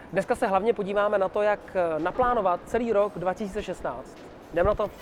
Dneska se hlavně podíváme na to, jak naplánovat celý rok 2016. Jdem na to?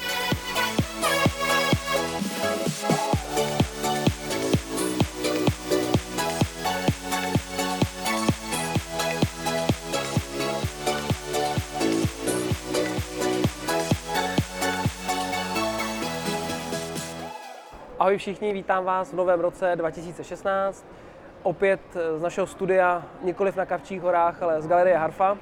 Ahoj všichni, vítám vás v novém roce 2016. Opět z našeho studia, nikoliv na Kavčích horách, ale z Galerie Harfa.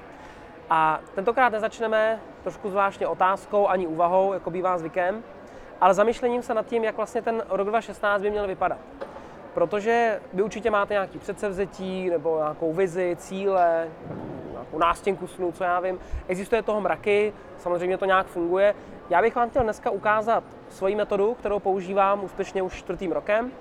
A tentokrát nezačneme trošku zvláštně otázkou ani úvahou, jako bývá zvykem, ale zamýšlením se nad tím, jak vlastně ten rok 2016 by měl vypadat. Protože vy určitě máte nějaké předsevzetí nebo nějakou vizi, cíle, nějakou nástěnku snů, co já vím. Existuje toho mraky, samozřejmě to nějak funguje. Já bych vám chtěl dneska ukázat svoji metodu, kterou používám úspěšně už 4. rokem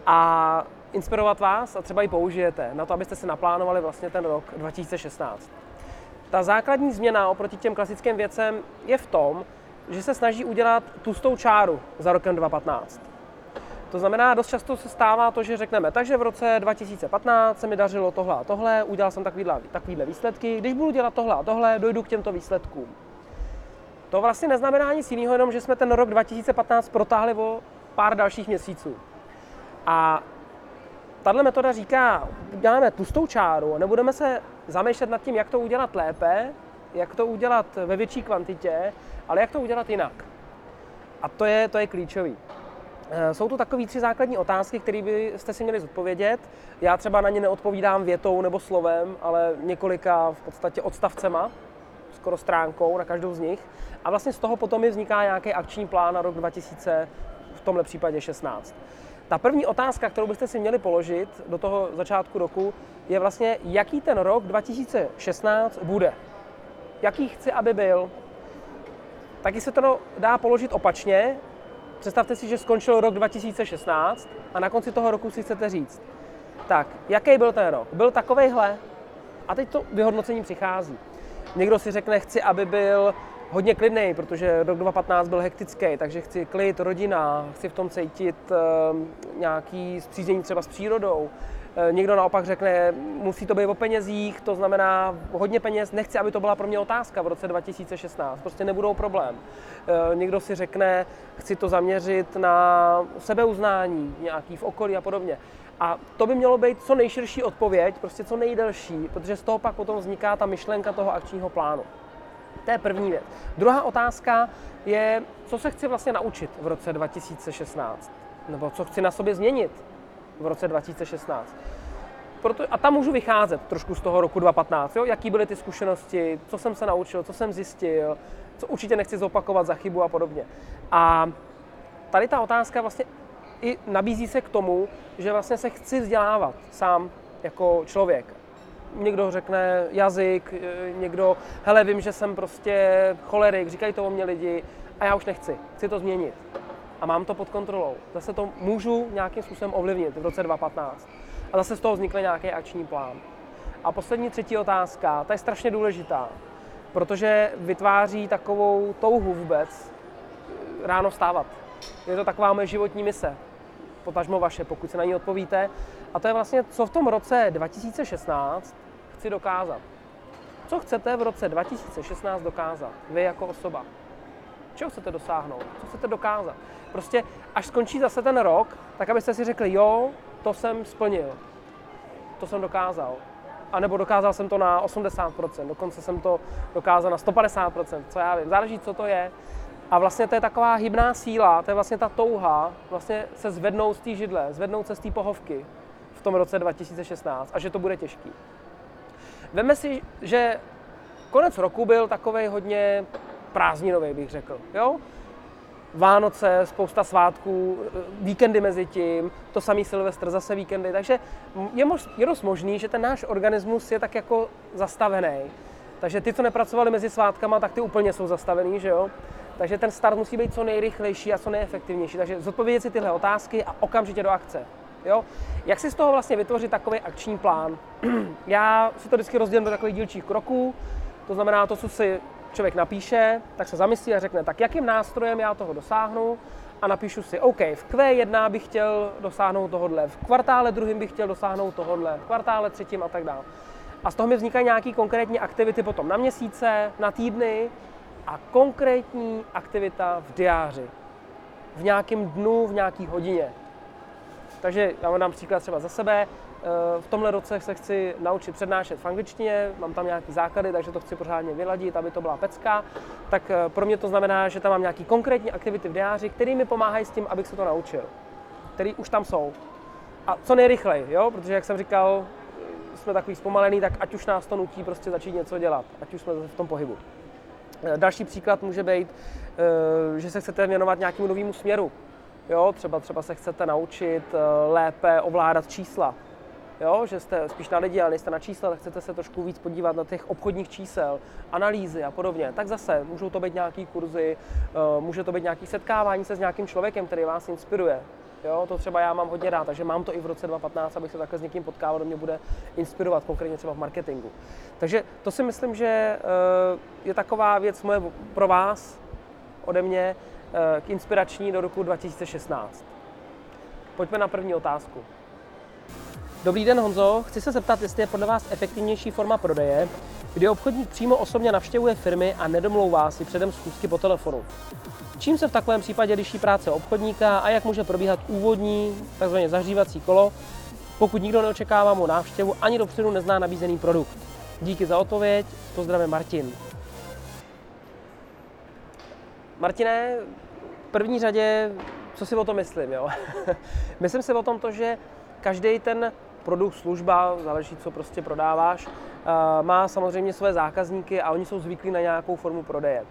a inspirovat vás a třeba ji použijete na to, abyste si naplánovali vlastně ten rok 2016. Ta základní změna oproti těm klasickým věcem je v tom, že se snaží udělat tlustou čáru za rokem 2015. To znamená, dost často se stává to, že řekneme, takže v roce 2015 se mi dařilo tohle a tohle, udělal jsem takovýhle výsledky, když budu dělat tohle a tohle, dojdu k těmto výsledkům. To vlastně neznamená nic jiného, jenom že jsme ten rok 2015 protáhli o pár dalších měsíců. A tahle metoda říká, uděláme tlustou čáru a nebudeme se zamýšlet nad tím, jak to udělat lépe, jak to udělat ve větší kvantitě, ale jak to udělat jinak. A to je klíčový. Jsou tu takové 3 základní otázky, které byste si měli zodpovědět. Já třeba na ně neodpovídám větou nebo slovem, ale několika v podstatě odstavcema, skoro stránkou na každou z nich. A vlastně z toho potom mi vzniká nějaký akční plán na rok 2000, v tomhle případě 16. Ta první otázka, kterou byste si měli položit do toho začátku roku, je vlastně, jaký ten rok 2016 bude. Jaký chci, aby byl. Taky se to dá položit opačně. Představte si, že skončil rok 2016 a na konci toho roku si chcete říct, tak, jaký byl ten rok? Byl takovejhle? A teď to vyhodnocení přichází. Někdo si řekne, chci, aby byl hodně klidnej, protože rok 2015 byl hektický, takže chci klid, rodina, chci v tom cítit nějaký spříznění třeba s přírodou. Někdo naopak řekne, musí to být o penězích, to znamená hodně peněz, nechci, aby to byla pro mě otázka v roce 2016, prostě nebudou problém. Někdo si řekne, chci to zaměřit na sebeuznání, nějaký v okolí a podobně. A to by mělo být co nejširší odpověď, prostě co nejdelší, protože z toho pak potom vzniká ta myšlenka toho akčního plánu. To je první věc. Druhá otázka je, co se chci vlastně naučit v roce 2016, nebo co chci na sobě změnit v roce 2016. A tam můžu vycházet trošku z toho roku 2015, jo? Jaký byly ty zkušenosti, co jsem se naučil, co jsem zjistil, co určitě nechci zopakovat za chybu a podobně. A tady ta otázka vlastně i nabízí se k tomu, že vlastně se chci vzdělávat sám jako člověk. Někdo řekne jazyk, někdo, hele, vím, že jsem prostě cholerik, říkají to o mě lidi a já už nechci, chci to změnit. A mám to pod kontrolou. Zase to můžu nějakým způsobem ovlivnit v roce 2015. A zase z toho vznikne nějaký akční plán. A poslední 3. otázka, ta je strašně důležitá, protože vytváří takovou touhu vůbec ráno vstávat. Je to taková moje životní mise, potažmo vaše, pokud se na ní odpovíte. A to je vlastně, co v tom roce 2016 chci dokázat. Co chcete v roce 2016 dokázat, vy jako osoba? Čeho chcete dosáhnout? Co chcete dokázat? Prostě až skončí zase ten rok, tak abyste si řekli, jo, to jsem splnil, to jsem dokázal. A nebo dokázal jsem to na 80%, dokonce jsem to dokázal na 150%, co já vím, záleží, co to je. A vlastně to je taková hybná síla, to je vlastně ta touha vlastně se zvednout z té židle, zvednout se z té pohovky v tom roce 2016 a že to bude těžký. Vemme si, že konec roku byl takovej hodně prázdninový, bych řekl, jo? Vánoce, spousta svátků, víkendy mezi tím, to samý Silvestr, zase víkendy, takže je dost možný, že ten náš organismus je tak jako zastavený. Takže ty, co nepracovali mezi svátkama, tak ty úplně jsou zastavený, že jo? Takže ten start musí být co nejrychlejší a co nejefektivnější. Takže zodpovědět si tyhle otázky a okamžitě do akce. Jo? Jak si z toho vlastně vytvořit takový akční plán? Já si to vždycky rozdělím do takových dílčích kroků, to znamená to, co si člověk napíše, tak se zamyslí a řekne, tak jakým nástrojem já toho dosáhnu a napíšu si, OK, v Q1 bych chtěl dosáhnout tohodle, v kvartále druhým bych chtěl dosáhnout tohodle, v kvartále třetím a tak dále. A z toho mi vznikají nějaké konkrétní aktivity potom na měsíce, na týdny a konkrétní aktivita v diáři. V nějakém dnu, v nějaké hodině. Takže já vám dám příklad třeba za sebe. V tomhle roce se chci naučit přednášet v angličtině, mám tam nějaký základy, takže to chci pořádně vyladit, aby to byla pecka. Tak pro mě to znamená, že tam mám nějaké konkrétní aktivity v diáři, které mi pomáhají s tím, abych se to naučil. Které už tam jsou. A co nejrychleji, jo? Protože jak jsem říkal, jsme takový zpomalený, tak ať už nás to nutí prostě začít něco dělat, ať už jsme v tom pohybu. Další příklad může být, že se chcete věnovat nějakému novému směru. Jo? Třeba se chcete naučit lépe ovládat čísla. Jo? Že jste spíš na lidi, ale nejste na čísla, tak chcete se trošku víc podívat na těch obchodních čísel, analýzy a podobně. Tak zase můžou to být nějaký kurzy, může to být nějaké setkávání se s nějakým člověkem, který vás inspiruje. Jo, to třeba já mám hodně rád, takže mám to i v roce 2015, abych se takhle s někým potkával, kdo mě bude inspirovat, konkrétně třeba v marketingu. Takže to si myslím, že je taková věc moje pro vás, ode mě, k inspirační do roku 2016. Pojďme na první otázku. Dobrý den, Honzo. Chci se zeptat, jestli je podle vás efektivnější forma prodeje, kdy obchodník přímo osobně navštěvuje firmy a nedomlouvá si předem schůzky po telefonu. Čím se v takovém případě liší práce obchodníka a jak může probíhat úvodní, takzvané zahřívací kolo, pokud nikdo neočekává mou návštěvu ani dopředu nezná nabízený produkt? Díky za odpověď, pozdravím Martin. Martine, v první řadě, co si o tom myslím, jo? Myslím si o tom to, že každý ten produkt, služba, záleží, co prostě prodáváš, má samozřejmě své zákazníky a oni jsou zvyklí na nějakou formu prodeje.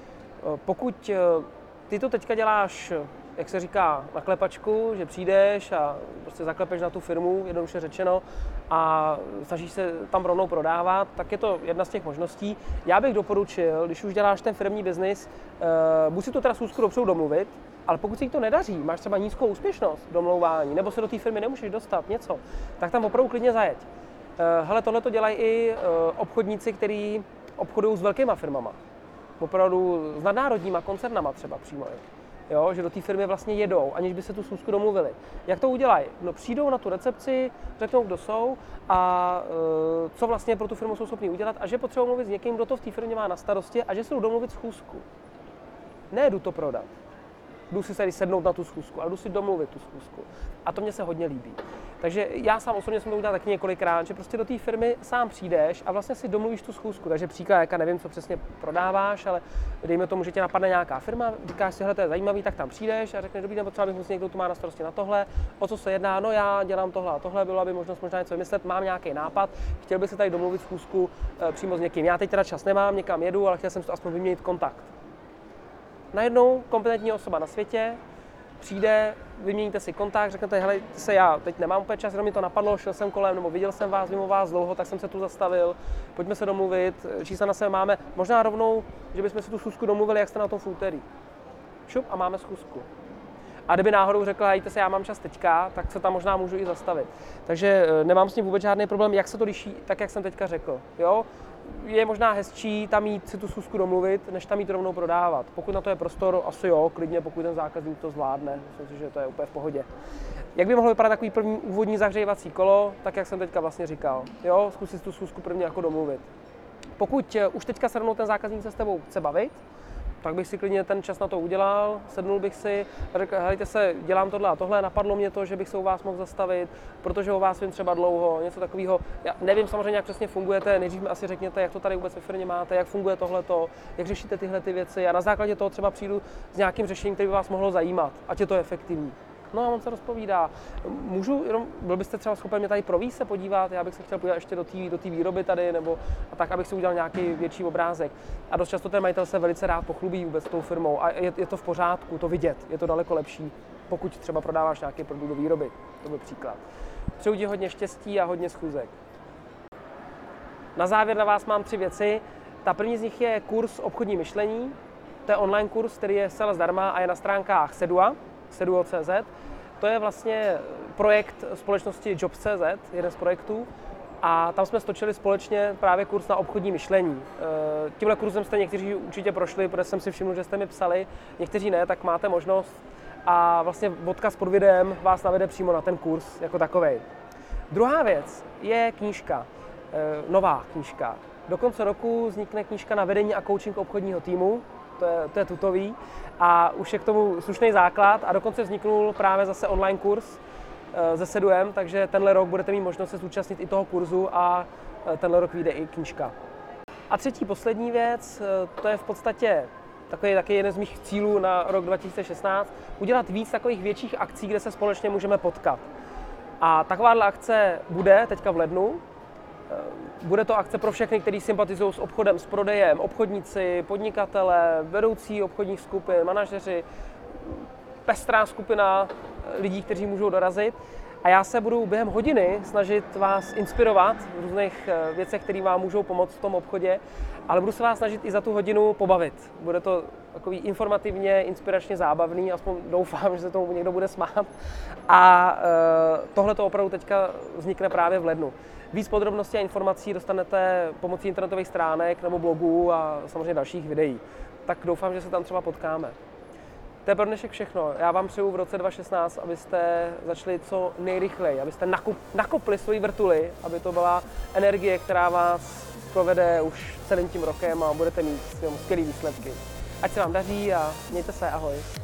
Pokud ty to teďka děláš, jak se říká, na klepačku, že přijdeš a prostě zaklepeš na tu firmu, jednoduše řečeno, a snažíš se tam rovnou prodávat, tak je to jedna z těch možností. Já bych doporučil, když už děláš ten firmní biznis, buď si to teda schůzku dopředu domluvit, ale pokud si to nedaří, máš třeba nízkou úspěšnost domlouvání, nebo se do té firmy nemůžeš dostat, něco, tak tam opravdu klidně zajeď. Hele, tohle to dělají i obchodníci, kteří obchodují s velkýma firmama. Opravdu s nadnárodníma koncernama třeba přímo. Jo, že do té firmy vlastně jedou, aniž by se tu schůzku domluvili. Jak to udělají? No, přijdou na tu recepci, řeknou, kdo jsou a co vlastně pro tu firmu jsou schopni udělat a že potřebují mluvit s někým, kdo to v té firmě má na starosti a že se jdou domluvit schůzku. Ne jdu to prodat. Jdu si tady sednout na tu schůzku, ale jdu si domluvit tu schůzku. A to mně se hodně líbí. Takže já sám osobně jsem to udělal taky několikrát, že prostě do té firmy sám přijdeš a vlastně si domluvíš tu schůzku. Takže příklad, jaká nevím, co přesně prodáváš, ale dejme tomu, že tě napadne nějaká firma, říkáš si, hele, to je zajímavý, tak tam přijdeš a řekneš, dobrý den, potřeba bych musel někdo tu má na starosti na tohle, o co se jedná, no já dělám tohle a tohle, byla by možnost možná něco vymyslet, mám nějaký nápad, chtěl bych si tady domluvit schůzku přímo s někým. Já teď teda čas nemám, někam jedu, ale chtěl jsem si to aspoň vyměnit kontakt. Najednou kompetentní osoba na světě přijde, vyměníte si kontakt, řeknete, hele, já teď nemám úplně čas, jenom mi to napadlo, šel jsem kolem, nebo viděl jsem vás, mimo vás dlouho, tak jsem se tu zastavil, pojďme se domluvit, čísla na sebe máme, možná rovnou, že bychom si tu schůzku domluvili, jak jste na tom v úterý. Šup a máme schůzku. A kdyby náhodou řekla, hejte se, já mám čas teďka, tak se tam možná můžu i zastavit. Takže nemám s tím vůbec žádný problém, jak se to liší, tak jak jsem teďka řekl. Jo? Je možná hezčí tam jít si tu schůzku domluvit, než tam jít rovnou prodávat. Pokud na to je prostor, asi jo, klidně, pokud ten zákazník to zvládne. Myslím si, že to je úplně v pohodě. Jak by mohlo vypadat takový první úvodní zahřívací kolo, tak jak jsem teďka vlastně říkal. Jo, zkusit tu schůzku prvně jako domluvit. Pokud už teďka se rovnou ten zákazník se s tebou chce bavit, tak bych si klidně ten čas na to udělal, sednul bych si a řekl, hejte se, dělám tohle a tohle, napadlo mě to, že bych se u vás mohl zastavit, protože o vás vím třeba dlouho, něco takového. Já nevím samozřejmě, jak přesně fungujete, nejdřív mi asi řekněte, jak to tady vůbec ve firmě máte, jak funguje tohleto, jak řešíte tyhle ty věci a na základě toho třeba přijdu s nějakým řešením, které by vás mohlo zajímat, ať je to efektivní. No a on se rozpovídá. Byl byste třeba schopen mě tady províst se podívat, já bych se chtěl podívat ještě do té výroby tady, nebo a tak, abych si udělal nějaký větší obrázek. A dost často ten majitel se velice rád pochlubí vůbec tou firmou a je to v pořádku, to vidět, je to daleko lepší, pokud třeba prodáváš nějaký produkt do výroby. To byl příklad. Přeju ti hodně štěstí a hodně schůzek. Na závěr na vás mám 3 věci. Ta první z nich je kurz obchodní myšlení. To je online kurz, který je zcela zdarma a je na stránkách Seduo.cz. To je vlastně projekt společnosti Jobs.cz, jeden z projektů. A tam jsme stočili společně právě kurz na obchodní myšlení. Tímhle kurzem jste někteří určitě prošli, protože jsem si všiml, že jste mi psali, někteří ne, tak máte možnost. A vlastně odkaz pod videem vás navede přímo na ten kurz jako takovej. Druhá věc je knížka. nová knížka. Do konce roku vznikne knížka na vedení a coaching obchodního týmu, to je tutový, a už je k tomu slušný základ a dokonce vzniknul právě zase online kurz se Seduem, takže tenhle rok budete mít možnost se zúčastnit i toho kurzu a tenhle rok vyjde i knížka. A třetí, poslední věc, to je v podstatě taky jeden z mých cílů na rok 2016, udělat víc takových větších akcí, kde se společně můžeme potkat. A takováhle akce bude teďka v lednu. Bude to akce pro všechny, kteří sympatizují s obchodem, s prodejem, obchodníci, podnikatele, vedoucí obchodních skupin, manažeři, pestrá skupina lidí, kteří můžou dorazit. A já se budu během hodiny snažit vás inspirovat v různých věcech, které vám můžou pomoct v tom obchodě, ale budu se vás snažit i za tu hodinu pobavit. Bude to takový informativně, inspiračně zábavný, aspoň doufám, že se tomu někdo bude smát. A tohle to opravdu teďka vznikne právě v lednu. Víc podrobností a informací dostanete pomocí internetových stránek nebo blogů a samozřejmě dalších videí. Tak doufám, že se tam třeba potkáme. To je pro dnešek všechno. Já vám přeju v roce 2016, abyste začali co nejrychleji, abyste nakopli svoji vrtuli, aby to byla energie, která vás provede už celým tím rokem a budete mít skvělé výsledky. Ať se vám daří a mějte se, ahoj.